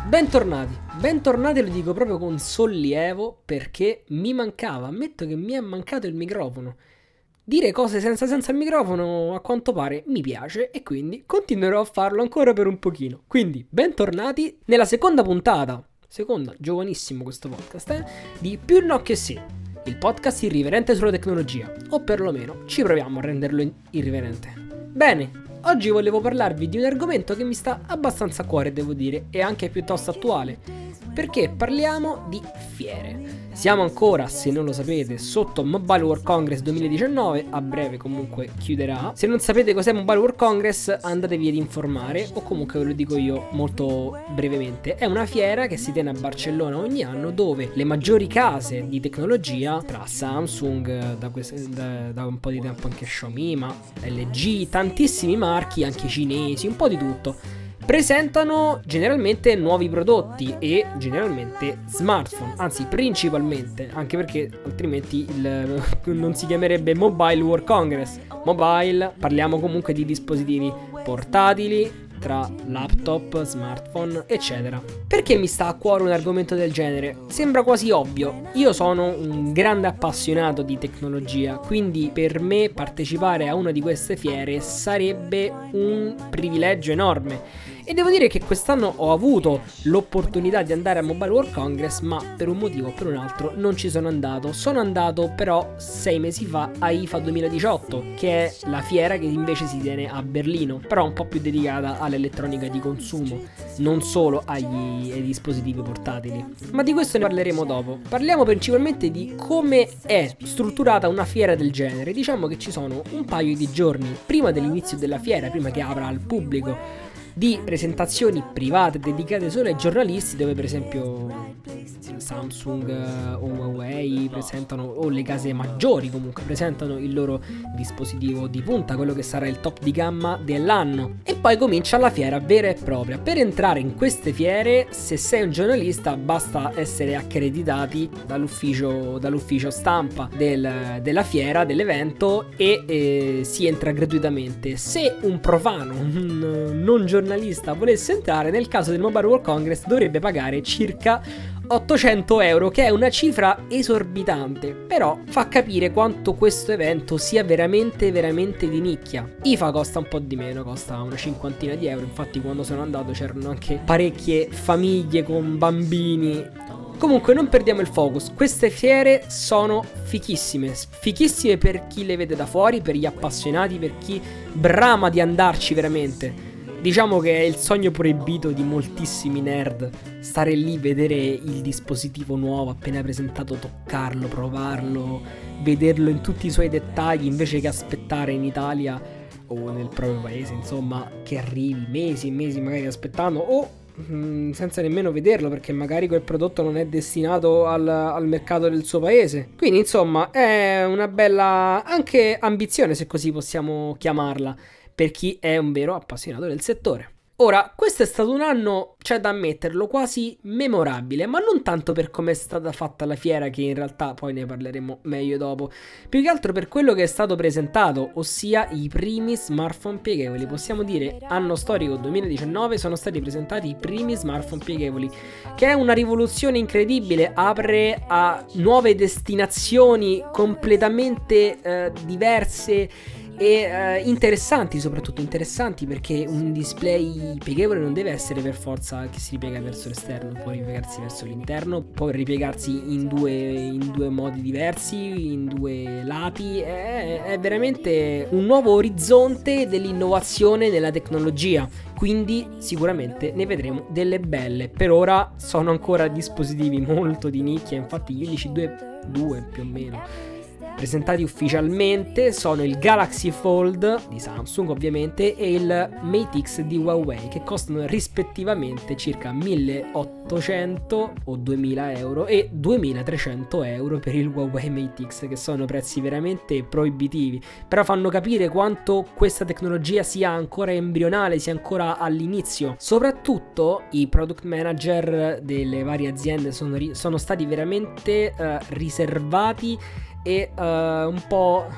Bentornati, lo dico proprio con sollievo perché mi mancava, ammetto che mi è mancato il microfono. Dire cose senza senso al microfono a quanto pare mi piace e quindi continuerò a farlo ancora per un pochino. Quindi bentornati nella seconda puntata, giovanissimo questo podcast, di Più no che sì, il podcast irriverente sulla tecnologia, o perlomeno ci proviamo a renderlo irriverente. Bene. Oggi volevo parlarvi di un argomento che mi sta abbastanza a cuore, devo dire, e anche piuttosto attuale, perché parliamo di fiere. Siamo ancora, se non lo sapete, sotto Mobile World Congress 2019, a breve comunque chiuderà. Se non sapete cos'è Mobile World Congress, andatevi ad informare, o comunque ve lo dico io molto brevemente. È una fiera che si tiene a Barcellona ogni anno, dove le maggiori case di tecnologia, tra Samsung, da un po' di tempo anche Xiaomi, ma LG, tantissimi marchi, anche cinesi, un po' di tutto, presentano generalmente nuovi prodotti e generalmente smartphone, anzi principalmente, anche perché altrimenti non si chiamerebbe Mobile World Congress. Mobile, parliamo comunque di dispositivi portatili, tra laptop, smartphone, eccetera. Perché mi sta a cuore un argomento del genere? Sembra quasi ovvio. Io sono un grande appassionato di tecnologia, quindi per me partecipare a una di queste fiere sarebbe un privilegio enorme. E devo dire che quest'anno ho avuto l'opportunità di andare a Mobile World Congress, ma per un motivo o per un altro non ci sono andato. Sono andato però 6 mesi fa a IFA 2018, che è la fiera che invece si tiene a Berlino, però un po' più dedicata all'elettronica di consumo, non solo ai dispositivi portatili. Ma di questo ne parleremo dopo. Parliamo principalmente di come è strutturata una fiera del genere. Diciamo che ci sono un paio di giorni prima dell'inizio della fiera, prima che apra al pubblico, di presentazioni private dedicate solo ai giornalisti, dove per esempio Samsung o Huawei presentano, o le case maggiori comunque presentano il loro dispositivo di punta, quello che sarà il top di gamma dell'anno. E poi comincia la fiera vera e propria. Per entrare in queste fiere, se sei un giornalista, basta essere accreditati dall'ufficio stampa della fiera, dell'evento, e si entra gratuitamente. Se un profano, non giornalista, volesse entrare, nel caso del Mobile World Congress dovrebbe pagare circa 800 euro, che è una cifra esorbitante, però fa capire quanto questo evento sia veramente di nicchia. IFA costa un po' di meno, costa una cinquantina di euro, infatti quando sono andato c'erano anche parecchie famiglie con bambini. Comunque non perdiamo il focus, queste fiere sono fichissime per chi le vede da fuori, per gli appassionati, per chi brama di andarci veramente. Diciamo che è il sogno proibito di moltissimi nerd, stare lì, vedere il dispositivo nuovo appena presentato, toccarlo, provarlo, vederlo in tutti i suoi dettagli, invece che aspettare in Italia o nel proprio paese, insomma, che arrivi mesi e mesi magari aspettando, o senza nemmeno vederlo, perché magari quel prodotto non è destinato al mercato del suo paese. Quindi insomma è una bella anche ambizione, se così possiamo chiamarla, per chi è un vero appassionato del settore. Ora, questo è stato un anno, c'è da ammetterlo, quasi memorabile, ma non tanto per come è stata fatta la fiera, che in realtà poi ne parleremo meglio dopo, più che altro per quello che è stato presentato, ossia i primi smartphone pieghevoli. Possiamo dire, anno storico 2019, sono stati presentati i primi smartphone pieghevoli, che è una rivoluzione incredibile, apre a nuove destinazioni completamente diverse e interessanti, soprattutto interessanti, perché un display pieghevole non deve essere per forza che si ripiega verso l'esterno, può ripiegarsi verso l'interno, può ripiegarsi in due modi diversi, in due lati. È veramente un nuovo orizzonte dell'innovazione nella tecnologia, quindi sicuramente ne vedremo delle belle. Per ora sono ancora dispositivi molto di nicchia, infatti gli unici due più o meno presentati ufficialmente sono il Galaxy Fold di Samsung ovviamente e il Mate X di Huawei, che costano rispettivamente circa 1800 o 2000 euro e 2300 euro per il Huawei Mate X, che sono prezzi veramente proibitivi, però fanno capire quanto questa tecnologia sia ancora embrionale, sia ancora all'inizio. Soprattutto i product manager delle varie aziende sono stati veramente riservati e un po'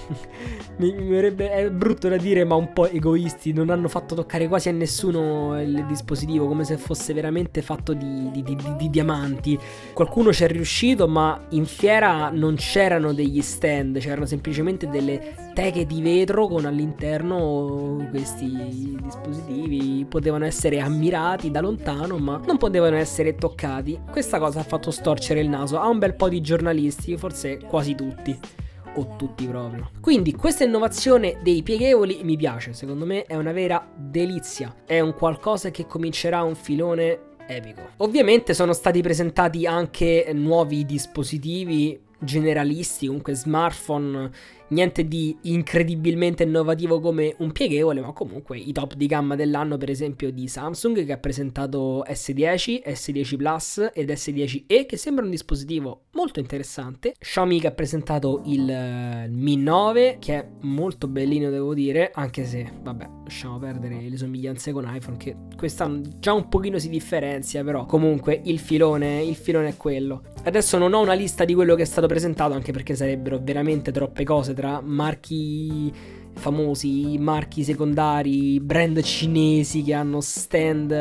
è brutto da dire, ma un po' egoisti. Non hanno fatto toccare quasi a nessuno il dispositivo, come se fosse veramente fatto di diamanti. Qualcuno ci è riuscito, ma in fiera non c'erano degli stand, c'erano semplicemente delle teche di vetro con all'interno questi dispositivi. Potevano essere ammirati da lontano, ma non potevano essere toccati. Questa cosa ha fatto storcere il naso a un bel po' di giornalisti, forse quasi tutti, o tutti proprio. Quindi questa innovazione dei pieghevoli mi piace, secondo me è una vera delizia, è un qualcosa che comincerà un filone epico. Ovviamente sono stati presentati anche nuovi dispositivi generalisti, comunque smartphone, niente di incredibilmente innovativo come un pieghevole, ma comunque i top di gamma dell'anno, per esempio di Samsung, che ha presentato S10, S10 Plus ed S10e, che sembra un dispositivo molto interessante. Xiaomi che ha presentato il Mi 9, che è molto bellino, devo dire, anche se vabbè, lasciamo perdere le somiglianze con iPhone, che quest'anno già un pochino si differenzia, però comunque il filone è quello. Adesso non ho una lista di quello che è stato presentato, anche perché sarebbero veramente troppe cose, tra marchi famosi, marchi secondari, brand cinesi che hanno stand,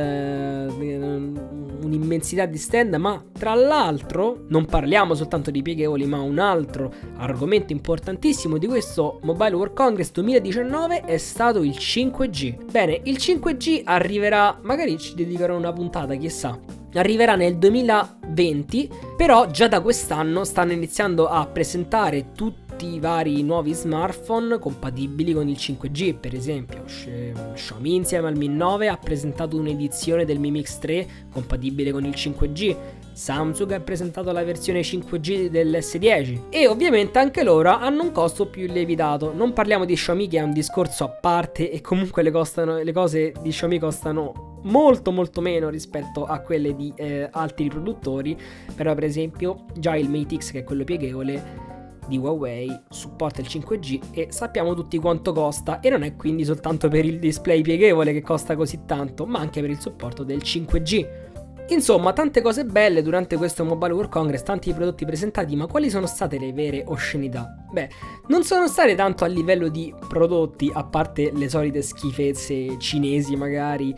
un'immensità di stand. Ma tra l'altro non parliamo soltanto di pieghevoli, ma un altro argomento importantissimo di questo Mobile World Congress 2019 è stato il 5G. Bene, il 5G arriverà, magari ci dedicherò una puntata, chissà. Arriverà nel 2020, però già da quest'anno stanno iniziando a presentare tutti i vari nuovi smartphone compatibili con il 5G. Per esempio Xiaomi insieme al Mi 9 ha presentato un'edizione del Mi Mix 3 compatibile con il 5G. Samsung ha presentato la versione 5G dell'S10 e ovviamente anche loro hanno un costo più lievitato. Non parliamo di Xiaomi, che è un discorso a parte, e comunque le cose di Xiaomi costano molto meno rispetto a quelle di altri produttori. Però per esempio già il Mate X, che è quello pieghevole di Huawei, supporta il 5G e sappiamo tutti quanto costa, e non è quindi soltanto per il display pieghevole che costa così tanto, ma anche per il supporto del 5G. Insomma, tante cose belle durante questo Mobile World Congress, tanti prodotti presentati, ma quali sono state le vere oscenità? Beh, non sono state tanto a livello di prodotti, a parte le solite schifezze cinesi magari,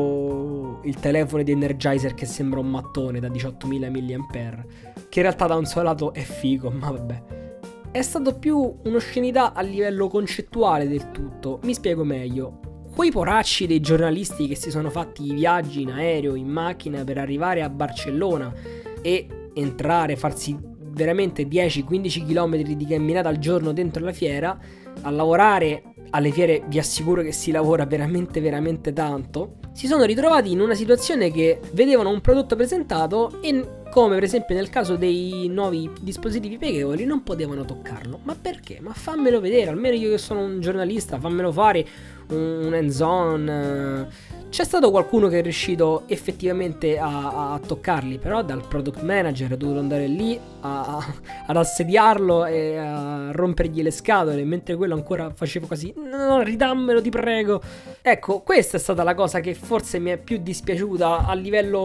o il telefono di Energizer che sembra un mattone da 18.000 mAh, che in realtà da un suo lato è figo, ma vabbè. È stato più un'oscenità a livello concettuale del tutto. Mi spiego meglio. Quei poracci dei giornalisti che si sono fatti i viaggi in aereo, in macchina per arrivare a Barcellona e entrare, farsi veramente 10-15 km di camminata al giorno dentro la fiera, a lavorare alle fiere. Vi assicuro che si lavora veramente tanto. Si sono ritrovati in una situazione che vedevano un prodotto presentato e, come per esempio nel caso dei nuovi dispositivi pieghevoli, non potevano toccarlo. Ma perché? Ma fammelo vedere, almeno io che sono un giornalista, fammelo fare un hands-on. C'è stato qualcuno che è riuscito effettivamente a toccarli, però dal product manager è dovuto andare lì ad assediarlo e a rompergli le scatole, mentre quello ancora faceva così: no, ridammelo, ti prego. Ecco, questa è stata la cosa che forse mi è più dispiaciuta a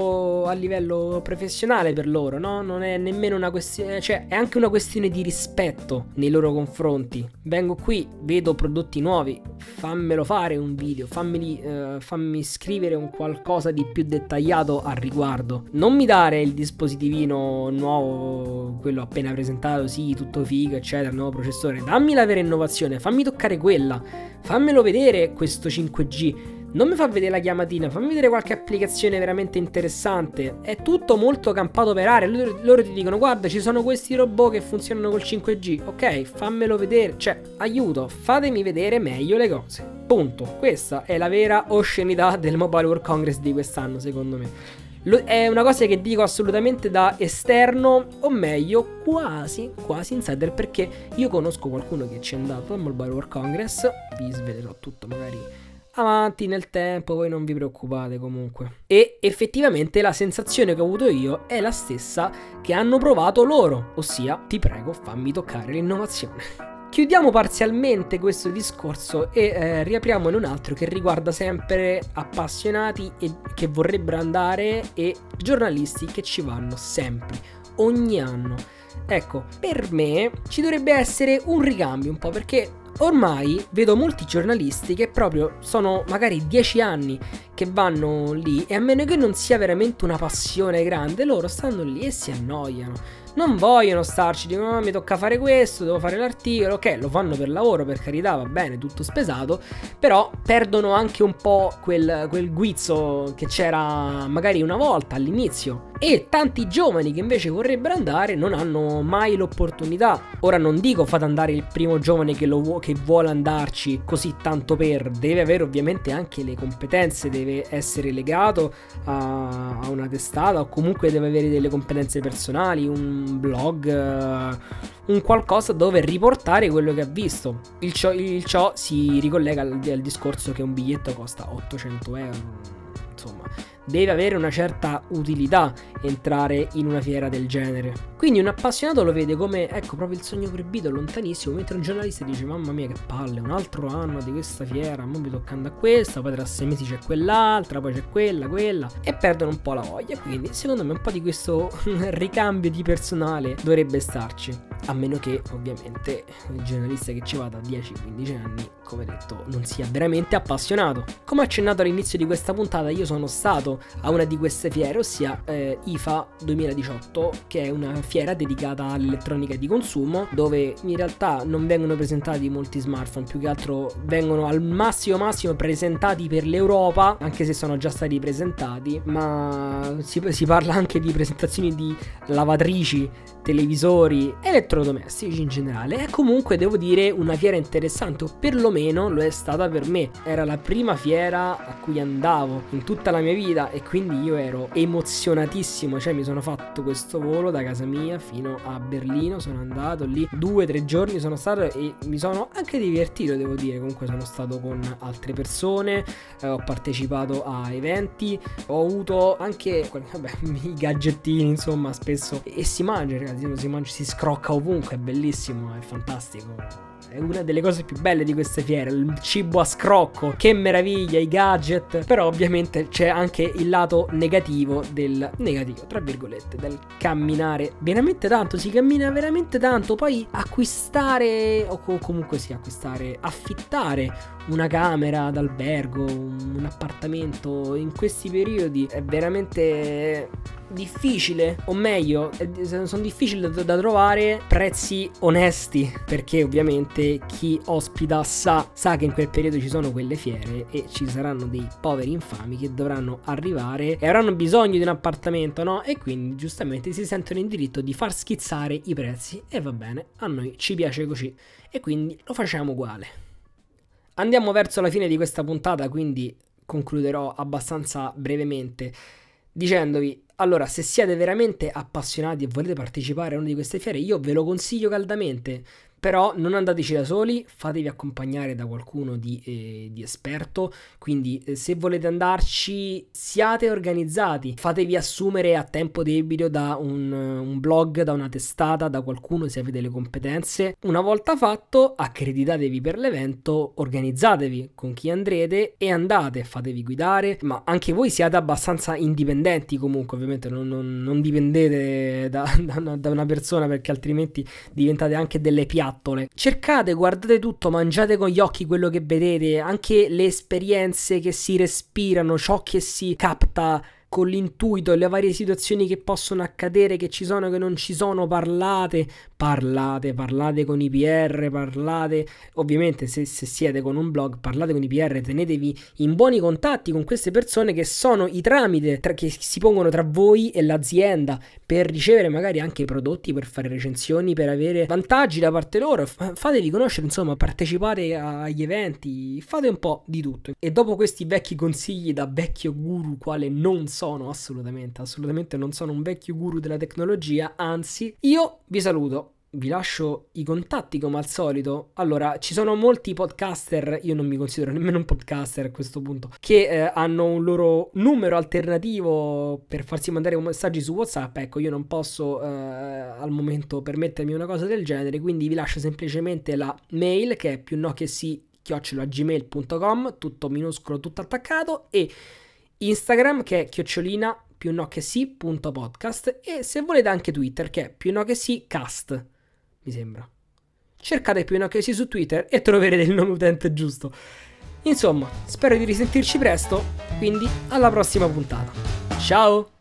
livello professionale per loro, no? Non è nemmeno una questione, cioè è anche una questione di rispetto nei loro confronti. Vengo qui, vedo prodotti nuovi, fammelo fare un video, fammi scrivere un qualcosa di più dettagliato al riguardo. Non mi dare il dispositivino nuovo, quello appena presentato, sì, tutto figo, eccetera, nuovo processore. Dammi la vera innovazione, fammi toccare quella, fammelo vedere questo 5G. Non mi fa vedere la chiamatina, fammi vedere qualche applicazione veramente interessante. È tutto molto campato per aria. Loro ti dicono: guarda, ci sono questi robot che funzionano col 5G. Ok, fammelo vedere. Cioè, aiuto, fatemi vedere meglio le cose. Punto. Questa è la vera oscenità del Mobile World Congress di quest'anno, secondo me. È una cosa che dico assolutamente da esterno, o meglio, quasi insider, perché io conosco qualcuno che ci è andato al Mobile World Congress. Vi svelerò tutto magari avanti nel tempo, voi non vi preoccupate comunque. E effettivamente la sensazione che ho avuto io è la stessa che hanno provato loro, ossia: ti prego, fammi toccare l'innovazione. Chiudiamo parzialmente questo discorso e riapriamone un altro che riguarda sempre appassionati e che vorrebbero andare, e giornalisti che ci vanno sempre. ogni anno. Ecco, per me ci dovrebbe essere un ricambio un po', perché ormai vedo molti giornalisti che proprio sono magari 10 anni che vanno lì e a meno che non sia veramente una passione grande, loro stanno lì e si annoiano. Non vogliono starci, dicono mi tocca fare questo, devo fare l'articolo, ok, lo fanno per lavoro, per carità, va bene, tutto spesato, però perdono anche un po' quel guizzo che c'era magari una volta all'inizio. E tanti giovani che invece vorrebbero andare non hanno mai l'opportunità. Ora non dico fate andare il primo giovane che vuole andarci così tanto per, deve avere ovviamente anche le competenze, deve essere legato a una testata o comunque deve avere delle competenze personali, un blog, un qualcosa dove riportare quello che ha visto. Il ciò si ricollega al discorso che un biglietto costa 800 euro, insomma deve avere una certa utilità entrare in una fiera del genere. Quindi un appassionato lo vede come, ecco, proprio il sogno proibito, lontanissimo, mentre un giornalista dice mamma mia che palle, un altro anno di questa fiera, mo mi tocca andare a questa, poi tra 6 mesi c'è quell'altra, poi c'è quella, e perdono un po' la voglia. Quindi secondo me un po' di questo ricambio di personale dovrebbe starci. A meno che ovviamente il giornalista che ci vada a 10-15 anni, come detto, non sia veramente appassionato. Come accennato all'inizio di questa puntata, io sono stato a una di queste fiere, ossia IFA 2018, che è una fiera dedicata all'elettronica di consumo, dove in realtà non vengono presentati molti smartphone, più che altro vengono al massimo presentati per l'Europa, anche se sono già stati presentati, ma si parla anche di presentazioni di lavatrici, televisori, elettrodomestici in generale. È comunque, devo dire, una fiera interessante, o perlomeno lo è stata per me. Era la prima fiera a cui andavo in tutta la mia vita e quindi io ero emozionatissimo, cioè mi sono fatto questo volo da casa mia fino a Berlino, sono andato lì 2-3 giorni, sono stato e mi sono anche divertito, devo dire. Comunque sono stato con altre persone, ho partecipato a eventi, ho avuto anche i gadgettini, insomma, spesso, e si mangia, ragazzi, si scrocca ovunque, è bellissimo, è fantastico. È una delle cose più belle di queste fiere, il cibo a scrocco, che meraviglia, i gadget. Però ovviamente c'è anche il lato negativo tra virgolette, del camminare veramente tanto, si cammina veramente tanto. Poi acquistare, o comunque sì, affittare una camera d'albergo, un appartamento in questi periodi è veramente difficile, o meglio, sono difficili da trovare prezzi onesti, perché ovviamente chi ospita sa che in quel periodo ci sono quelle fiere e ci saranno dei poveri infami che dovranno arrivare e avranno bisogno di un appartamento, no? E quindi giustamente si sentono in diritto di far schizzare i prezzi, e va bene, a noi ci piace così e quindi lo facciamo uguale. Andiamo verso la fine di questa puntata, quindi concluderò abbastanza brevemente dicendovi: allora, se siete veramente appassionati e volete partecipare a una di queste fiere, io ve lo consiglio caldamente. Però non andateci da soli, fatevi accompagnare da qualcuno di esperto. Quindi se volete andarci, siate organizzati, fatevi assumere a tempo debito da un blog, da una testata, da qualcuno se avete le competenze. Una volta fatto, accreditatevi per l'evento, organizzatevi con chi andrete e andate, fatevi guidare. Ma anche voi siate abbastanza indipendenti comunque, ovviamente non dipendete da una persona, perché altrimenti diventate anche delle piatte. Cercate, guardate tutto, mangiate con gli occhi quello che vedete, anche le esperienze che si respirano, ciò che si capta con l'intuito, le varie situazioni che possono accadere, che ci sono, che non ci sono. Parlate con i PR, parlate, ovviamente se siete con un blog, parlate con i PR, tenetevi in buoni contatti con queste persone che sono i tramite che si pongono tra voi e l'azienda per ricevere magari anche prodotti, per fare recensioni, per avere vantaggi da parte loro. Fatevi conoscere, insomma, partecipate agli eventi, fate un po' di tutto. E dopo questi vecchi consigli da vecchio guru, quale non sono assolutamente non sono un vecchio guru della tecnologia, anzi, io vi saluto. Vi lascio i contatti come al solito. Allora, ci sono molti podcaster, io non mi considero nemmeno un podcaster a questo punto, che hanno un loro numero alternativo per farsi mandare messaggi su WhatsApp. Ecco, io non posso al momento permettermi una cosa del genere, quindi vi lascio semplicemente la mail, che è piunocchesi@gmail.com, tutto minuscolo, tutto attaccato, e Instagram, che è più no che sì.podcast, e se volete anche Twitter, che è più no che sì cast, mi sembra. Cercate più no che sì su Twitter e troverete il nome utente giusto. Insomma, spero di risentirci presto, quindi alla prossima puntata. Ciao!